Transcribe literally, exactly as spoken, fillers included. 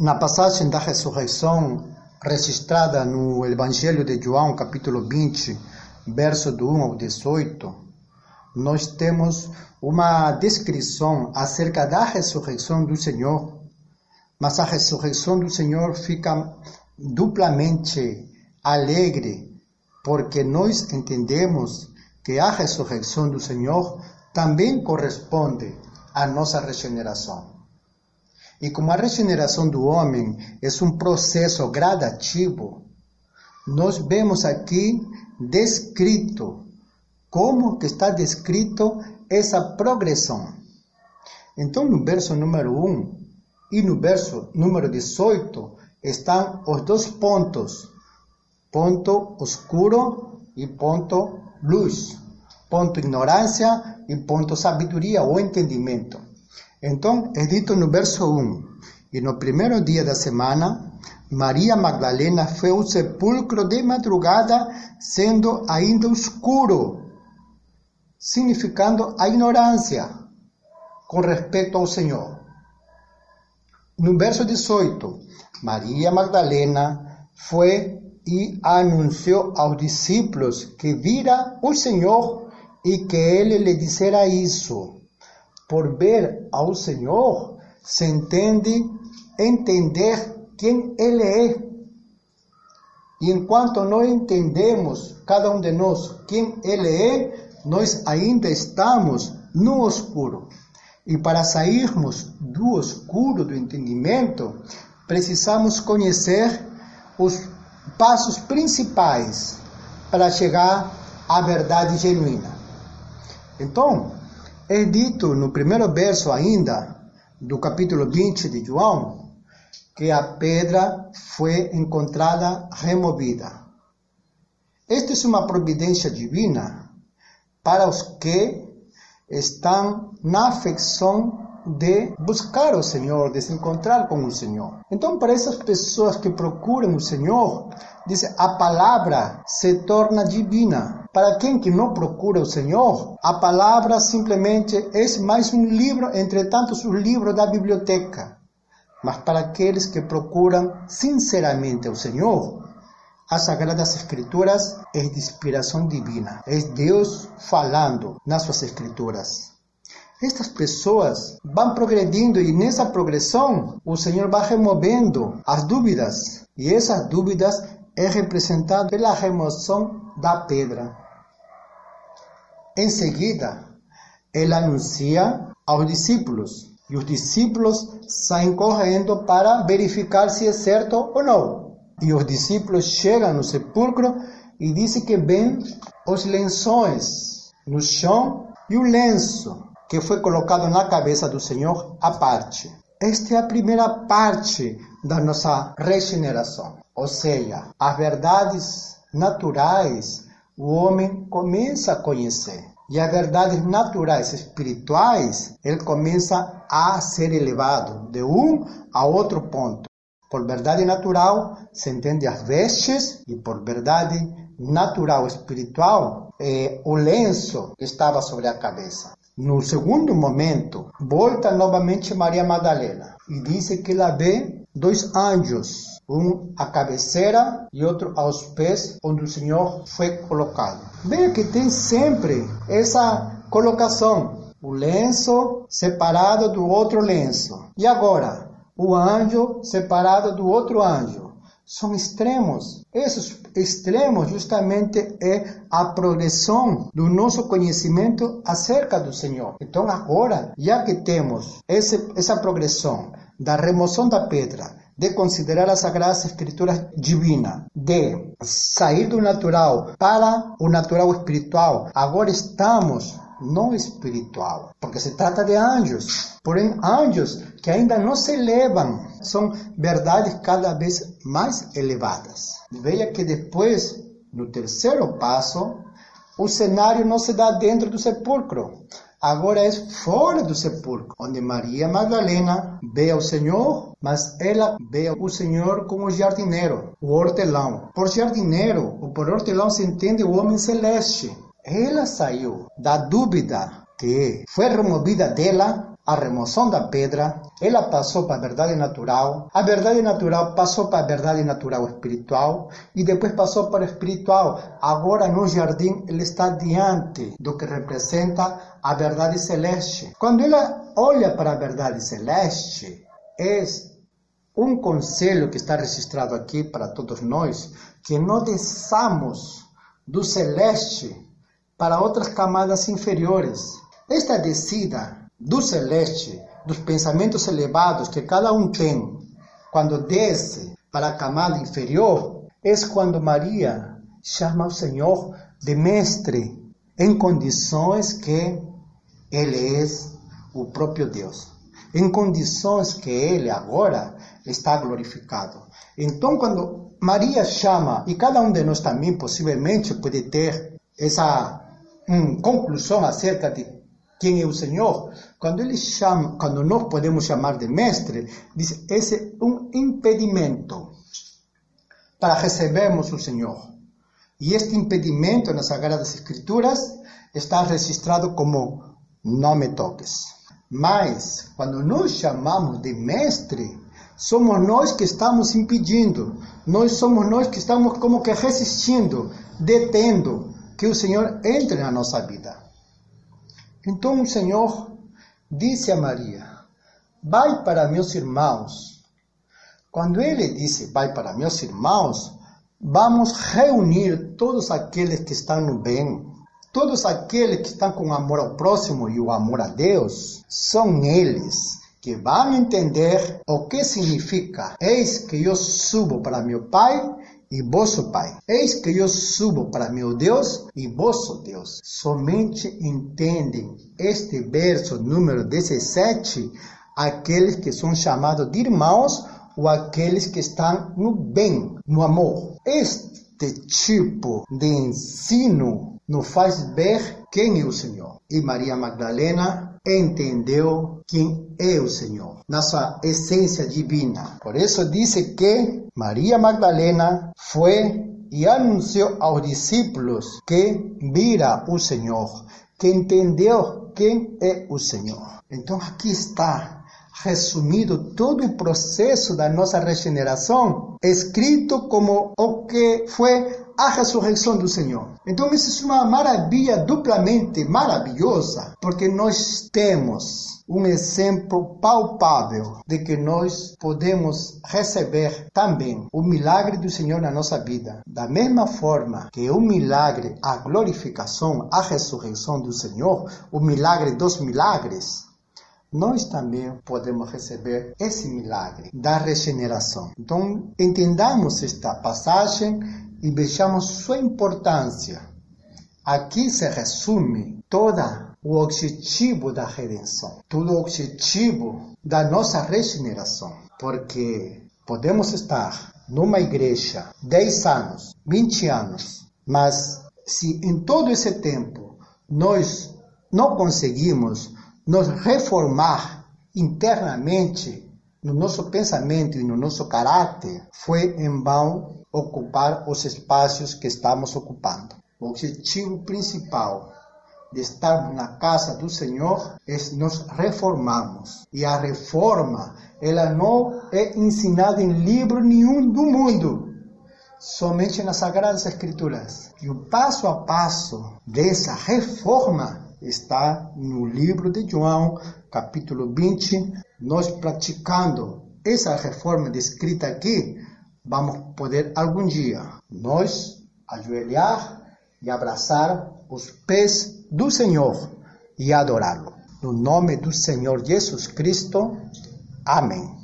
Na passagem da ressurreição, registrada no Evangelho de João, capítulo vinte, verso do um ao dezoito, nós temos uma descrição acerca da ressurreição do Senhor, mas a ressurreição do Senhor fica duplamente alegre, porque nós entendemos que a ressurreição do Senhor também corresponde à nossa regeneração. E como a regeneração do homem é um processo gradativo, nós vemos aqui descrito como que está descrito essa progressão. Então, no verso número um e no verso número dezoito estão os dois pontos, ponto escuro e ponto luz, ponto ignorância e ponto sabedoria ou entendimento. Então, é dito no verso um, e no primeiro dia da semana, Maria Magdalena foi ao sepulcro de madrugada, sendo ainda escuro, significando a ignorância com respeito ao Senhor. No verso dezoito, Maria Magdalena foi e anunciou aos discípulos que vira o Senhor e que ele lhe dissera isso. Por ver ao Senhor, se entende entender quem Ele é. E enquanto não entendemos, cada um de nós, quem Ele é, nós ainda estamos no escuro. E para sairmos do escuro do entendimento, precisamos conhecer os passos principais para chegar à verdade genuína. Então, é dito no primeiro verso ainda, do capítulo vinte de João, que a pedra foi encontrada removida. Esta é uma providência divina para os que estão na afecção de buscar o Senhor, de se encontrar com o Senhor. Então, para essas pessoas que procuram o Senhor, diz, a palavra se torna divina. Para quem que não procura o Senhor, a palavra simplesmente é mais um livro entre tantos os livros da biblioteca. Mas para aqueles que procuram sinceramente o Senhor, as Sagradas Escrituras é de inspiração divina. É Deus falando nas suas Escrituras. Estas pessoas vão progredindo e nessa progressão o Senhor vai removendo as dúvidas. E essas dúvidas é representada pela remoção da pedra. Em seguida, ele anuncia aos discípulos. E os discípulos saem correndo para verificar se é certo ou não. E os discípulos chegam no sepulcro e dizem que vêem os lençóis no chão e o lenço que foi colocado na cabeça do Senhor à parte. Esta é a primeira parte da nossa regeneração. Ou seja, as verdades naturais o homem começa a conhecer. E as verdades naturais espirituais, ele começa a ser elevado de um a outro ponto. Por verdade natural, se entende as vestes, e por verdade natural espiritual, é o lenço que estava sobre a cabeça. No segundo momento, volta novamente Maria Magdalena e diz que ela vê dois anjos, um à cabeceira e outro aos pés, onde o Senhor foi colocado. Veja que tem sempre essa colocação, o lenço separado do outro lenço. E agora, o anjo separado do outro anjo. São extremos. Esses extremos justamente é a progressão do nosso conhecimento acerca do Senhor. Então agora, já que temos esse, essa progressão da remoção da pedra, de considerar as Sagradas Escrituras divinas, de sair do natural para o natural espiritual, agora estamos no espiritual, porque se trata de anjos, porém anjos que ainda não se elevam, são verdades cada vez mais elevadas. Veja que depois, no terceiro passo, o cenário não se dá dentro do sepulcro, agora é fora do sepulcro, onde Maria Magdalena vê ao Senhor, mas ela vê o Senhor como o jardineiro, o hortelão. Por jardineiro ou por hortelão se entende o homem celeste. Ela saiu da dúvida que foi removida dela a remoção da pedra, ela passou para a verdade natural, a verdade natural passou para a verdade natural espiritual e depois passou para o espiritual. Agora no jardim ele está diante do que representa a verdade celeste. Quando ela olha para a verdade celeste, é um conselho que está registrado aqui para todos nós, que não desçamos do celeste para outras camadas inferiores. Esta descida do celeste, dos pensamentos elevados que cada um tem, quando desce para a camada inferior, é quando Maria chama o Senhor de mestre, em condições que Ele é o próprio Deus, em condições que Ele agora está glorificado. Então, quando Maria chama, e cada um de nós também possivelmente pode ter essa hum, conclusão acerca de quem é o Senhor, quando ele chama, quando nós podemos chamar de mestre, diz, esse é um impedimento para recebermos o Senhor. E este impedimento nas Sagradas Escrituras está registrado como não me toques. Mas, quando nós chamamos de mestre, somos nós que estamos impedindo, nós somos nós que estamos como que resistindo, detendo que o Senhor entre na nossa vida. Então o Senhor disse a Maria, vai para meus irmãos. Quando ele disse, vai para meus irmãos, vamos reunir todos aqueles que estão no bem, todos aqueles que estão com amor ao próximo e o amor a Deus, são eles que vão entender o que significa, eis que eu subo para meu Pai e vosso Pai. Eis que eu subo para meu Deus e vosso Deus. Somente entendem este verso número dezessete aqueles que são chamados de irmãos ou aqueles que estão no bem, no amor. Este tipo de ensino nos faz ver quem é o Senhor. E Maria Magdalena entendeu quem é o Senhor, na sua essência divina. Por isso disse que Maria Magdalena foi e anunciou aos discípulos que vira o Senhor, que entendeu quem é o Senhor. Então aqui está resumido todo o processo da nossa regeneração, escrito como o que foi a ressurreição do Senhor. Então isso é uma maravilha duplamente maravilhosa, porque nós temos um exemplo palpável de que nós podemos receber também o milagre do Senhor na nossa vida. Da mesma forma que o milagre, a glorificação, a ressurreição do Senhor, o milagre dos milagres, nós também podemos receber esse milagre da regeneração. Então, entendamos esta passagem e vejamos sua importância. Aqui se resume todo o objetivo da redenção, todo o objetivo da nossa regeneração, porque podemos estar numa igreja dez anos, vinte anos, mas se em todo esse tempo nós não conseguimos nos reformar internamente no nosso pensamento e no nosso caráter, foi em vão ocupar os espaços que estamos ocupando. O objetivo principal de estarmos na casa do Senhor é nos reformarmos. E a reforma, ela não é ensinada em livro nenhum do mundo, somente nas Sagradas Escrituras. E o passo a passo dessa reforma está no livro de João, capítulo vinte. Nós praticando essa reforma descrita aqui, vamos poder algum dia nós ajoelhar e abraçar os pés do Senhor e adorá-lo. No nome do Senhor Jesus Cristo. Amém.